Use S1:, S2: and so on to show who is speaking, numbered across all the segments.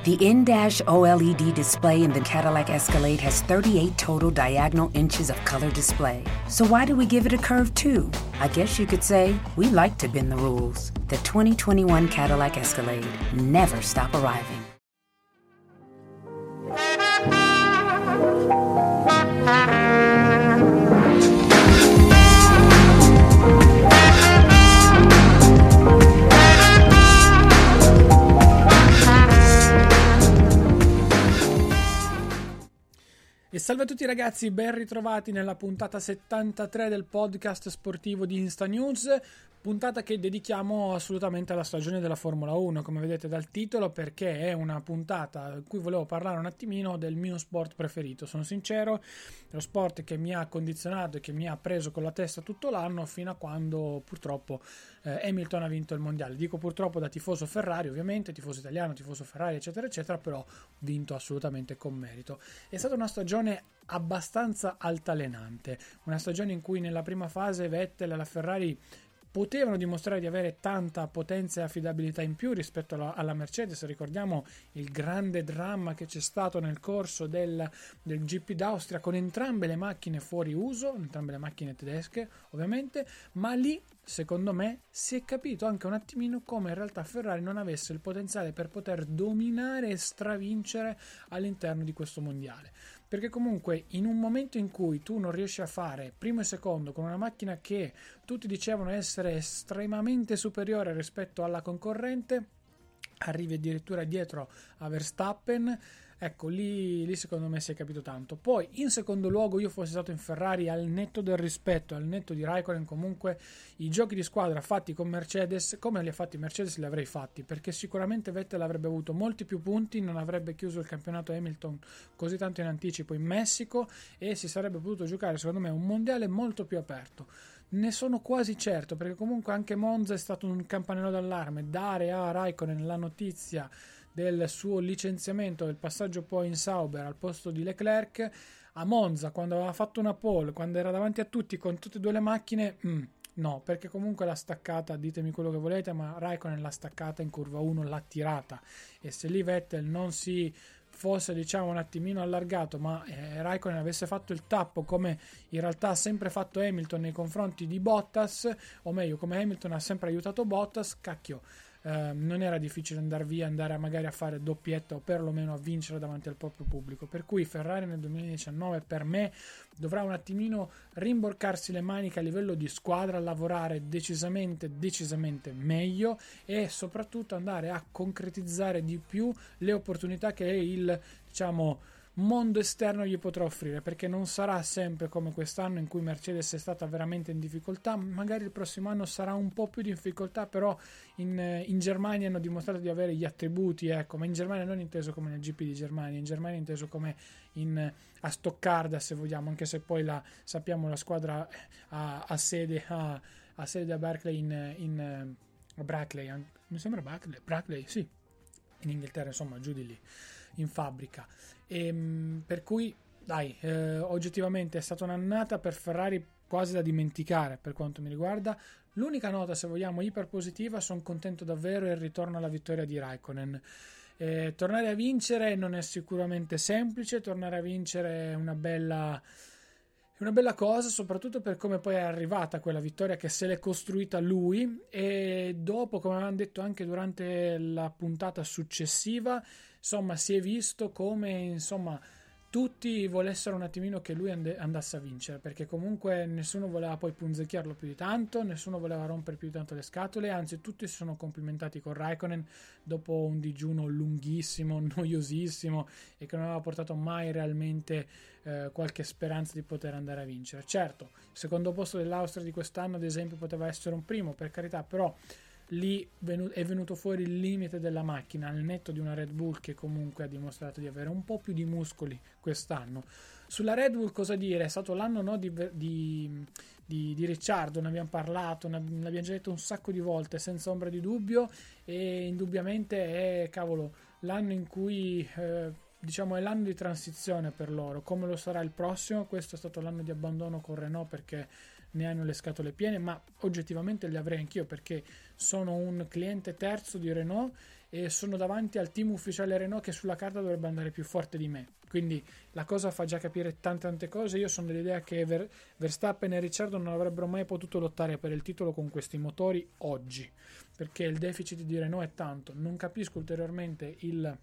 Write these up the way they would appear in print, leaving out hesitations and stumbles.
S1: The in-dash OLED display in the Cadillac Escalade has 38 total diagonal inches of color display. So why do we give it a curve too? I guess you could say we like to bend the rules. The 2021 Cadillac Escalade. Never stop arriving.
S2: E salve a tutti ragazzi, ben ritrovati nella puntata 73 del podcast sportivo di Insta News, puntata che dedichiamo assolutamente alla stagione della Formula 1, come vedete dal titolo, perché è una puntata in cui volevo parlare un attimino del mio sport preferito. Sono sincero, è lo sport che mi ha condizionato e che mi ha preso con la testa tutto l'anno, fino a quando purtroppo Hamilton ha vinto il mondiale. Dico purtroppo da tifoso Ferrari, ovviamente, tifoso italiano, tifoso Ferrari, eccetera, eccetera, però vinto assolutamente con merito. È stata una stagione abbastanza altalenante, una stagione in cui nella prima fase Vettel e la Ferrari potevano dimostrare di avere tanta potenza e affidabilità in più rispetto alla Mercedes. Ricordiamo il grande dramma che c'è stato nel corso del GP d'Austria con entrambe le macchine fuori uso, entrambe le macchine tedesche ovviamente, ma lì secondo me si è capito anche un attimino come in realtà Ferrari non avesse il potenziale per poter dominare e stravincere all'interno di questo mondiale. Perché comunque in un momento in cui tu non riesci a fare primo e secondo con una macchina che tutti dicevano essere estremamente superiore rispetto alla concorrente, arrivi addirittura dietro a Verstappen, ecco lì secondo me si è capito tanto. Poi in secondo luogo, io fossi stato in Ferrari, al netto del rispetto, al netto di Raikkonen, comunque i giochi di squadra fatti con Mercedes, come li ha fatti Mercedes, li avrei fatti, perché sicuramente Vettel avrebbe avuto molti più punti, non avrebbe chiuso il campionato Hamilton così tanto in anticipo in Messico e si sarebbe potuto giocare secondo me un mondiale molto più aperto. Ne sono quasi certo, perché comunque anche Monza è stato un campanello d'allarme. Dare a Raikkonen la notizia del suo licenziamento, del passaggio poi in Sauber al posto di Leclerc a Monza, quando aveva fatto una pole, quando era davanti a tutti con tutte e due le macchine, no, perché comunque l'ha staccata, ditemi quello che volete, ma Raikkonen l'ha staccata in curva 1, l'ha tirata, e se lì Vettel non si fosse diciamo un attimino allargato, ma Raikkonen avesse fatto il tappo come in realtà ha sempre fatto Hamilton nei confronti di Bottas, o meglio come Hamilton ha sempre aiutato Bottas, cacchio, non era difficile andare via, andare magari a fare doppietta o perlomeno a vincere davanti al proprio pubblico. Per cui Ferrari nel 2019 per me dovrà un attimino rimborcarsi le maniche a livello di squadra, lavorare decisamente meglio e soprattutto andare a concretizzare di più le opportunità che il mondo esterno gli potrà offrire, perché non sarà sempre come quest'anno in cui Mercedes è stata veramente in difficoltà. Magari il prossimo anno sarà un po' più di difficoltà, però in Germania hanno dimostrato di avere gli attributi, ecco, ma in Germania non inteso come nel GP di Germania, in Germania inteso come a Stoccarda, se vogliamo, anche se poi sappiamo la squadra ha sede a Berkeley a Brackley, mi sembra Brackley, sì, in Inghilterra, insomma giù di lì in fabbrica. Per cui dai, oggettivamente è stata un'annata per Ferrari quasi da dimenticare per quanto mi riguarda. L'unica nota, se vogliamo, iper positiva, sono contento davvero, è il ritorno alla vittoria di Raikkonen. Tornare a vincere non è sicuramente semplice, tornare a vincere è una bella cosa, soprattutto per come poi è arrivata quella vittoria, che se l'è costruita lui, e dopo, come avevamo detto anche durante la puntata successiva, insomma si è visto come tutti volessero un attimino che lui andasse a vincere, perché comunque nessuno voleva poi punzecchiarlo più di tanto, nessuno voleva rompere più di tanto le scatole, anzi tutti si sono complimentati con Raikkonen dopo un digiuno lunghissimo, noiosissimo e che non aveva portato mai realmente qualche speranza di poter andare a vincere. Certo, il secondo posto dell'Austria di quest'anno ad esempio poteva essere un primo, per carità, però lì è venuto fuori il limite della macchina, al netto di una Red Bull che comunque ha dimostrato di avere un po' più di muscoli quest'anno. Sulla Red Bull cosa dire? È stato l'anno di Ricciardo, ne abbiamo parlato, ne abbiamo già detto un sacco di volte, senza ombra di dubbio, e indubbiamente è l'anno in cui è l'anno di transizione per loro, come lo sarà il prossimo. Questo è stato l'anno di abbandono con Renault, perché ne hanno le scatole piene, ma oggettivamente le avrei anch'io, perché sono un cliente terzo di Renault e sono davanti al team ufficiale Renault che sulla carta dovrebbe andare più forte di me. Quindi la cosa fa già capire tante cose. Io sono dell'idea che Verstappen e Ricciardo non avrebbero mai potuto lottare per il titolo con questi motori oggi, perché il deficit di Renault è tanto. Non capisco ulteriormente il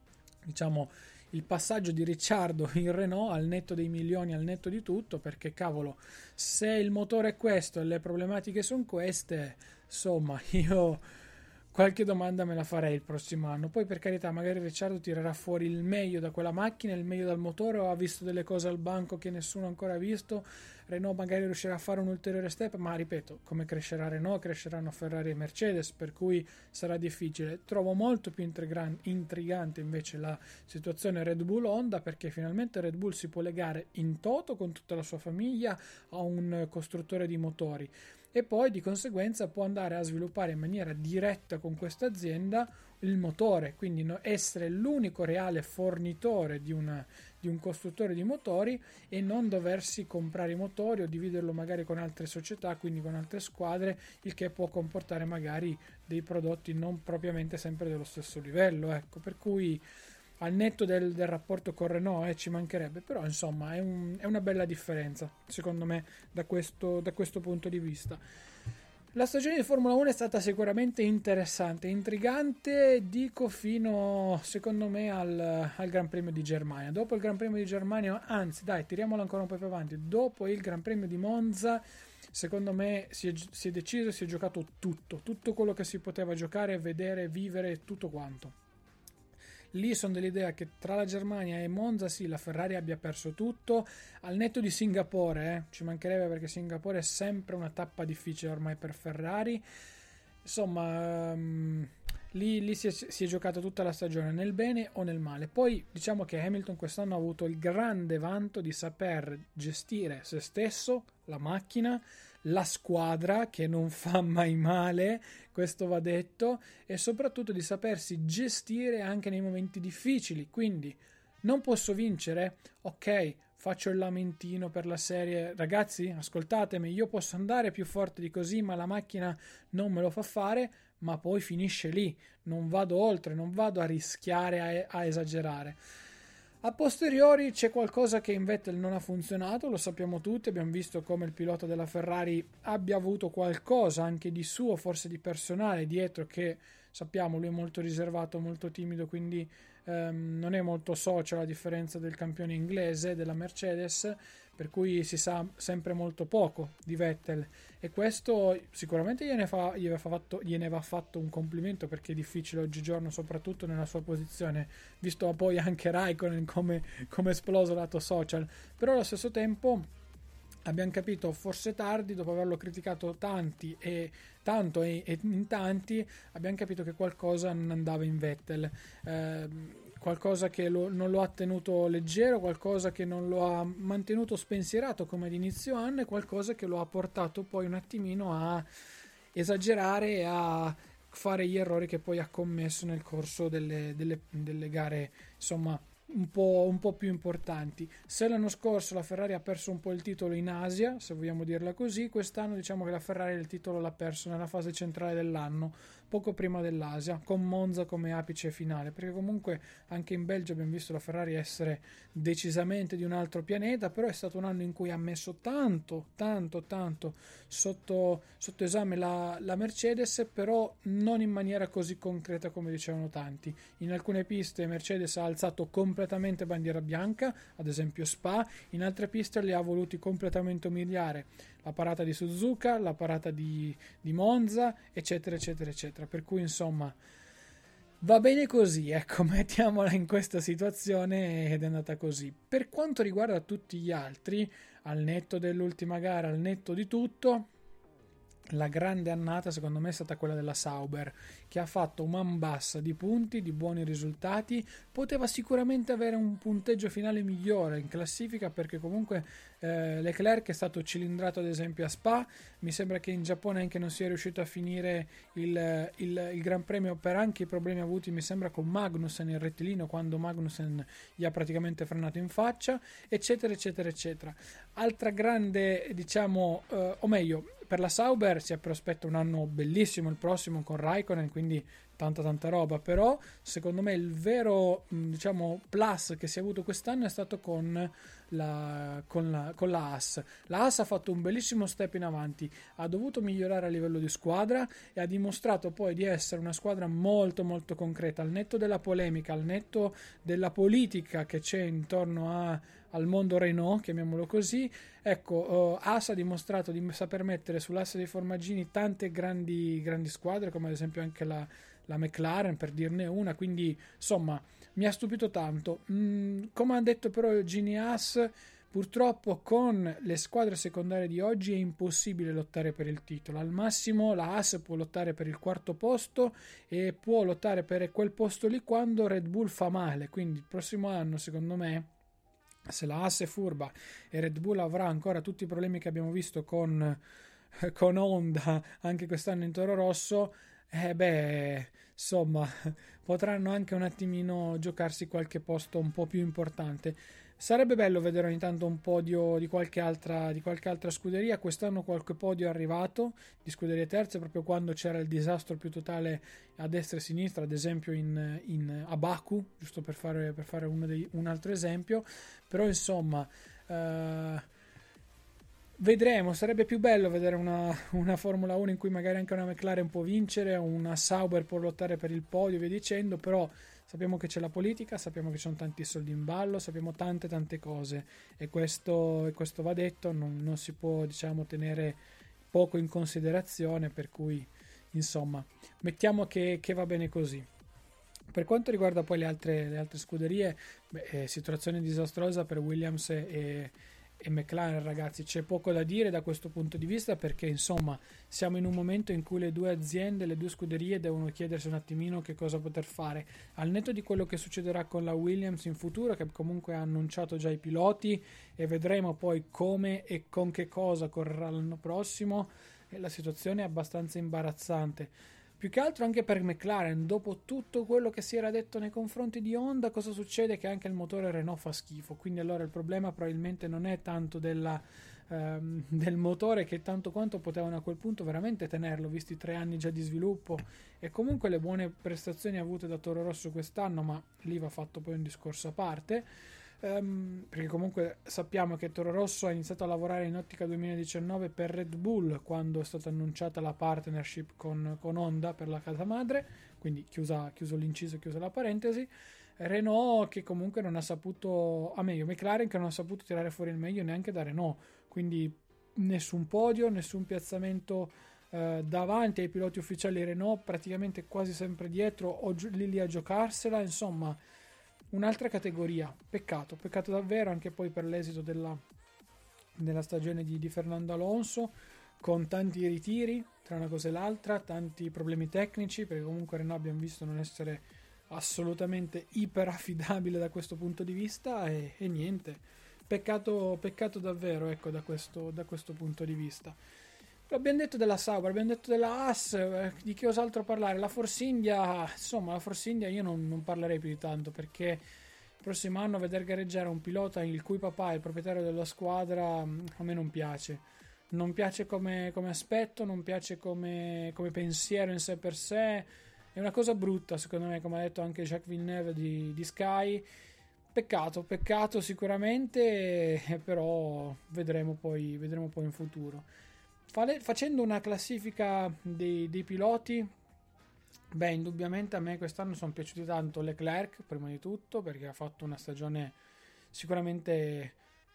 S2: passaggio di Ricciardo in Renault, al netto dei milioni, al netto di tutto, perché cavolo, se il motore è questo e le problematiche sono queste, insomma, io qualche domanda me la farei il prossimo anno. Poi, per carità, magari Ricciardo tirerà fuori il meglio da quella macchina, il meglio dal motore, o ha visto delle cose al banco che nessuno ancora ha visto. Renault magari riuscirà a fare un ulteriore step, ma ripeto, come crescerà Renault, cresceranno Ferrari e Mercedes, per cui sarà difficile. Trovo molto più intrigante invece la situazione Red Bull-Honda, perché finalmente Red Bull si può legare in toto con tutta la sua famiglia a un costruttore di motori, e poi di conseguenza può andare a sviluppare in maniera diretta con questa azienda il motore, quindi essere l'unico reale fornitore di un costruttore di motori, e non doversi comprare i motori o dividerlo magari con altre società, quindi con altre squadre, il che può comportare magari dei prodotti non propriamente sempre dello stesso livello, ecco. Per cui, al netto del rapporto con Renault, ci mancherebbe, però insomma è una bella differenza secondo me da questo punto di vista. La stagione di Formula 1 è stata sicuramente interessante, intrigante, dico fino secondo me al Gran Premio di Germania. Dopo il Gran Premio di Germania, anzi dai, tiriamolo ancora un po' più avanti, dopo il Gran Premio di Monza, secondo me si è deciso, si è giocato tutto quello che si poteva giocare, vedere, vivere, tutto quanto. Lì sono dell'idea che tra la Germania e Monza sì, la Ferrari abbia perso tutto, al netto di Singapore, ci mancherebbe, perché Singapore è sempre una tappa difficile ormai per Ferrari. Insomma, lì si è giocata tutta la stagione, nel bene o nel male. Poi diciamo che Hamilton quest'anno ha avuto il grande vanto di saper gestire se stesso, la macchina, la squadra, che non fa mai male, questo va detto, e soprattutto di sapersi gestire anche nei momenti difficili. Quindi non posso vincere? Ok, faccio il lamentino per la serie, ragazzi, ascoltatemi, io posso andare più forte di così, ma la macchina non me lo fa fare, ma poi finisce lì, non vado oltre, non vado a rischiare, a esagerare. A posteriori c'è qualcosa che in Vettel non ha funzionato, lo sappiamo tutti, abbiamo visto come il pilota della Ferrari abbia avuto qualcosa anche di suo, forse di personale dietro, che sappiamo lui è molto riservato, molto timido, quindi non è molto social, a differenza del campione inglese della Mercedes, per cui si sa sempre molto poco di Vettel, e questo sicuramente gliene va fatto un complimento, perché è difficile oggigiorno, soprattutto nella sua posizione, visto poi anche Raikkonen come esploso lato social. Però allo stesso tempo abbiamo capito, forse tardi, dopo averlo criticato tanto e in tanti, abbiamo capito che qualcosa non andava in Vettel, qualcosa che non lo ha tenuto leggero, qualcosa che non lo ha mantenuto spensierato come ad inizio anno, e qualcosa che lo ha portato poi un attimino a esagerare e a fare gli errori che poi ha commesso nel corso delle gare, insomma, un po' più importanti. Se l'anno scorso la Ferrari ha perso un po' il titolo in Asia, se vogliamo dirla così, quest'anno diciamo che la Ferrari il titolo l'ha perso nella fase centrale dell'anno, poco prima dell'Asia, con Monza come apice finale, perché comunque anche in Belgio abbiamo visto la Ferrari essere decisamente di un altro pianeta, però è stato un anno in cui ha messo tanto sotto esame la Mercedes, però non in maniera così concreta come dicevano tanti. In alcune piste Mercedes ha alzato completamente bandiera bianca, ad esempio Spa, in altre piste li ha voluti completamente umiliare, la parata di Suzuka, la parata di Monza, eccetera. Per cui insomma va bene così, ecco, mettiamola in questa situazione, ed è andata così. Per quanto riguarda tutti gli altri, al netto dell'ultima gara, al netto di tutto, la grande annata secondo me è stata quella della Sauber, che ha fatto un man bassa di punti, di buoni risultati. Poteva sicuramente avere un punteggio finale migliore in classifica, perché comunque Leclerc è stato cilindrato ad esempio a Spa, mi sembra che in Giappone anche non sia riuscito a finire il Gran Premio per anche i problemi avuti, mi sembra, con Magnussen in rettilineo, quando Magnussen gli ha praticamente frenato in faccia, eccetera. Altra grande, diciamo, o meglio, per la Sauber si prospetta un anno bellissimo il prossimo con Raikkonen, quindi tanta roba. Però secondo me il vero diciamo plus che si è avuto quest'anno è stato con la Haas. La Haas ha fatto un bellissimo step in avanti, ha dovuto migliorare a livello di squadra e ha dimostrato poi di essere una squadra molto molto concreta, al netto della polemica, al netto della politica che c'è intorno al mondo Renault, chiamiamolo così. Ecco, Haas ha dimostrato di saper mettere sull'asse dei formaggini tante grandi squadre, come ad esempio anche la McLaren, per dirne una. Quindi insomma mi ha stupito tanto. Come ha detto però Gini Haas, purtroppo con le squadre secondarie di oggi è impossibile lottare per il titolo. Al massimo la Haas può lottare per il quarto posto e può lottare per quel posto lì quando Red Bull fa male. Quindi il prossimo anno, secondo me, se la Haas è furba e Red Bull avrà ancora tutti i problemi che abbiamo visto con Honda anche quest'anno in Toro Rosso, insomma, potranno anche un attimino giocarsi qualche posto un po' più importante. Sarebbe bello vedere ogni tanto un podio di qualche altra scuderia. Quest'anno qualche podio è arrivato di scuderie terze, proprio quando c'era il disastro più totale a destra e a sinistra, ad esempio a Baku, giusto per fare un altro esempio. Però insomma vedremo, sarebbe più bello vedere una Formula 1 in cui magari anche una McLaren può vincere, una Sauber può lottare per il podio e via dicendo. Però sappiamo che c'è la politica, sappiamo che ci sono tanti soldi in ballo, sappiamo tante cose, e questo va detto, non si può, diciamo, tenere poco in considerazione, per cui insomma mettiamo che va bene così. Per quanto riguarda poi le altre scuderie, situazione disastrosa per Williams e McLaren, ragazzi. C'è poco da dire da questo punto di vista, perché insomma siamo in un momento in cui le due aziende, le due scuderie devono chiedersi un attimino che cosa poter fare, al netto di quello che succederà con la Williams in futuro, che comunque ha annunciato già i piloti, e vedremo poi come e con che cosa correrà l'anno prossimo. E la situazione è abbastanza imbarazzante, più che altro anche per McLaren. Dopo tutto quello che si era detto nei confronti di Honda, cosa succede? Che anche il motore Renault fa schifo. Quindi allora il problema probabilmente non è tanto del motore, che tanto quanto potevano a quel punto veramente tenerlo, visti 3 anni già di sviluppo e comunque le buone prestazioni avute da Toro Rosso quest'anno. Ma lì va fatto poi un discorso a parte, perché comunque sappiamo che Toro Rosso ha iniziato a lavorare in ottica 2019 per Red Bull, quando è stata annunciata la partnership con Honda per la casa madre. Quindi chiuso l'inciso, chiusa la parentesi. Renault che comunque non ha saputo, McLaren che non ha saputo tirare fuori il meglio neanche da Renault, quindi nessun podio, nessun piazzamento davanti ai piloti ufficiali Renault, praticamente quasi sempre dietro o lì a giocarsela. Insomma, un'altra categoria. Peccato davvero, anche poi per l'esito della stagione di Fernando Alonso, con tanti ritiri tra una cosa e l'altra, tanti problemi tecnici, perché comunque Renault abbiamo visto non essere assolutamente iperaffidabile da questo punto di vista, e niente, peccato davvero, ecco, da questo punto di vista. Abbiamo detto della Sauber, abbiamo detto della Haas, di che os'altro parlare? La Force India, insomma, la Force India io non parlerei più di tanto, perché il prossimo anno vedere gareggiare un pilota il cui papà è il proprietario della squadra, a me non piace. Non piace come aspetto, non piace come pensiero in sé per sé. È una cosa brutta, secondo me, come ha detto anche Jacques Villeneuve di Sky. Peccato sicuramente, però vedremo poi in futuro. Facendo una classifica dei piloti, indubbiamente a me quest'anno sono piaciuti tanto Leclerc, prima di tutto, perché ha fatto una stagione sicuramente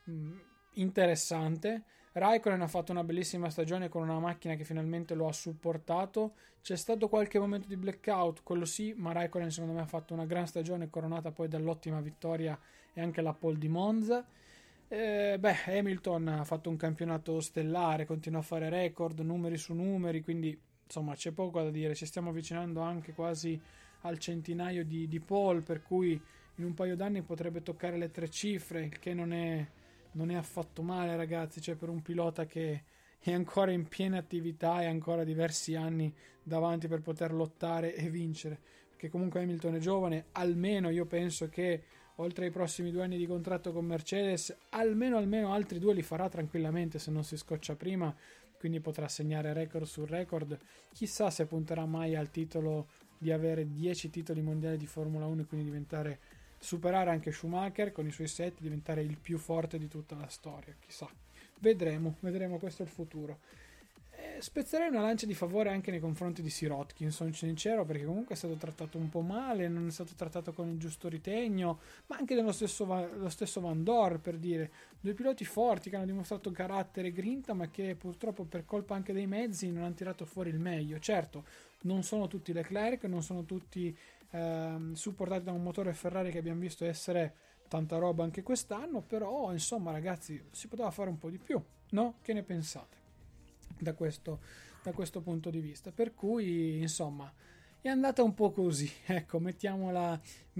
S2: interessante. Raikkonen ha fatto una bellissima stagione con una macchina che finalmente lo ha supportato. C'è stato qualche momento di blackout, quello sì, ma Raikkonen secondo me ha fatto una gran stagione, coronata poi dall'ottima vittoria e anche la pole di Monza. Hamilton ha fatto un campionato stellare, continua a fare record, numeri su numeri, quindi insomma c'è poco da dire. Ci stiamo avvicinando anche quasi al centinaio di pole, per cui in un paio d'anni potrebbe toccare le 3 cifre, il che non è affatto male, ragazzi. Cioè, per un pilota che è ancora in piena attività e ancora diversi anni davanti per poter lottare e vincere, perché comunque Hamilton è giovane. Almeno io penso che oltre ai prossimi 2 anni di contratto con Mercedes, almeno altri 2 li farà tranquillamente, se non si scoccia prima, quindi potrà segnare record su record. Chissà se punterà mai al titolo di avere 10 titoli mondiali di Formula 1 e quindi superare anche Schumacher con i suoi 7, diventare il più forte di tutta la storia. Chissà, vedremo, questo è il futuro. Spezzerei una lancia di favore anche nei confronti di Sirotkin, sono sincero, perché comunque è stato trattato un po' male, non è stato trattato con il giusto ritegno, ma anche lo stesso Van Dorn, per dire, due piloti forti che hanno dimostrato carattere e grinta, ma che purtroppo per colpa anche dei mezzi non hanno tirato fuori il meglio. Certo, non sono tutti Leclerc, non sono tutti supportati da un motore Ferrari che abbiamo visto essere tanta roba anche quest'anno, però insomma ragazzi, si poteva fare un po' di più, no? Che ne pensate da questo punto di vista? Per cui insomma è andata un po' così, ecco, mettiamola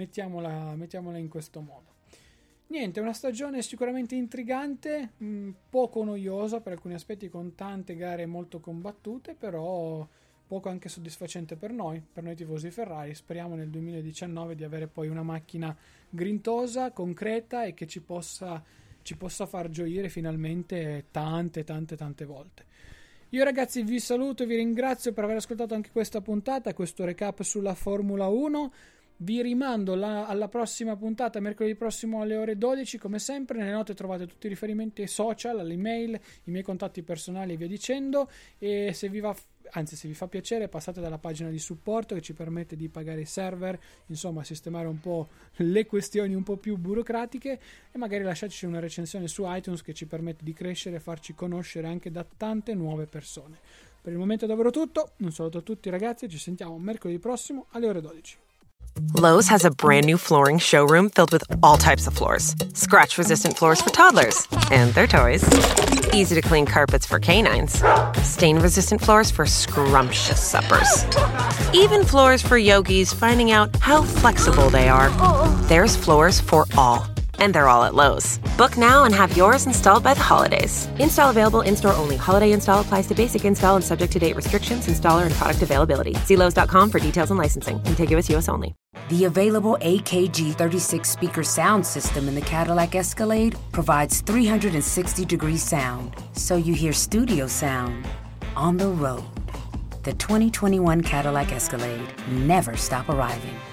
S2: in questo modo. Niente, una stagione sicuramente intrigante, poco noiosa per alcuni aspetti, con tante gare molto combattute, però poco anche soddisfacente per noi tifosi Ferrari. Speriamo nel 2019 di avere poi una macchina grintosa, concreta e che ci possa far gioire finalmente tante volte. Io ragazzi vi saluto e vi ringrazio per aver ascoltato anche questa puntata, questo recap sulla Formula 1. Vi rimando alla prossima puntata, mercoledì prossimo alle ore 12, come sempre. Nelle note trovate tutti i riferimenti ai social, all'email, i miei contatti personali e via dicendo. E se vi fa piacere, passate dalla pagina di supporto che ci permette di pagare i server, insomma sistemare un po' le questioni un po' più burocratiche, e magari lasciateci una recensione su iTunes che ci permette di crescere e farci conoscere anche da tante nuove persone. Per il momento è davvero tutto, un saluto a tutti ragazzi, ci sentiamo mercoledì prossimo alle ore 12.
S3: Lowe's has a brand new flooring showroom filled with all types of floors. Scratch-resistant floors for toddlers and their toys. Easy-to-clean carpets for canines. Stain-resistant floors for scrumptious suppers. Even floors for yogis finding out how flexible they are. There's floors for all. And they're all at Lowe's. Book now and have yours installed by the holidays. Install available in-store only. Holiday install applies to basic install and subject to date restrictions, installer, and product availability. See Lowe's.com for details and licensing. Contiguous U.S. only.
S1: The available AKG 36 speaker sound system in the Cadillac Escalade provides 360-degree sound, so you hear studio sound on the road. The 2021 Cadillac Escalade. Never stop arriving.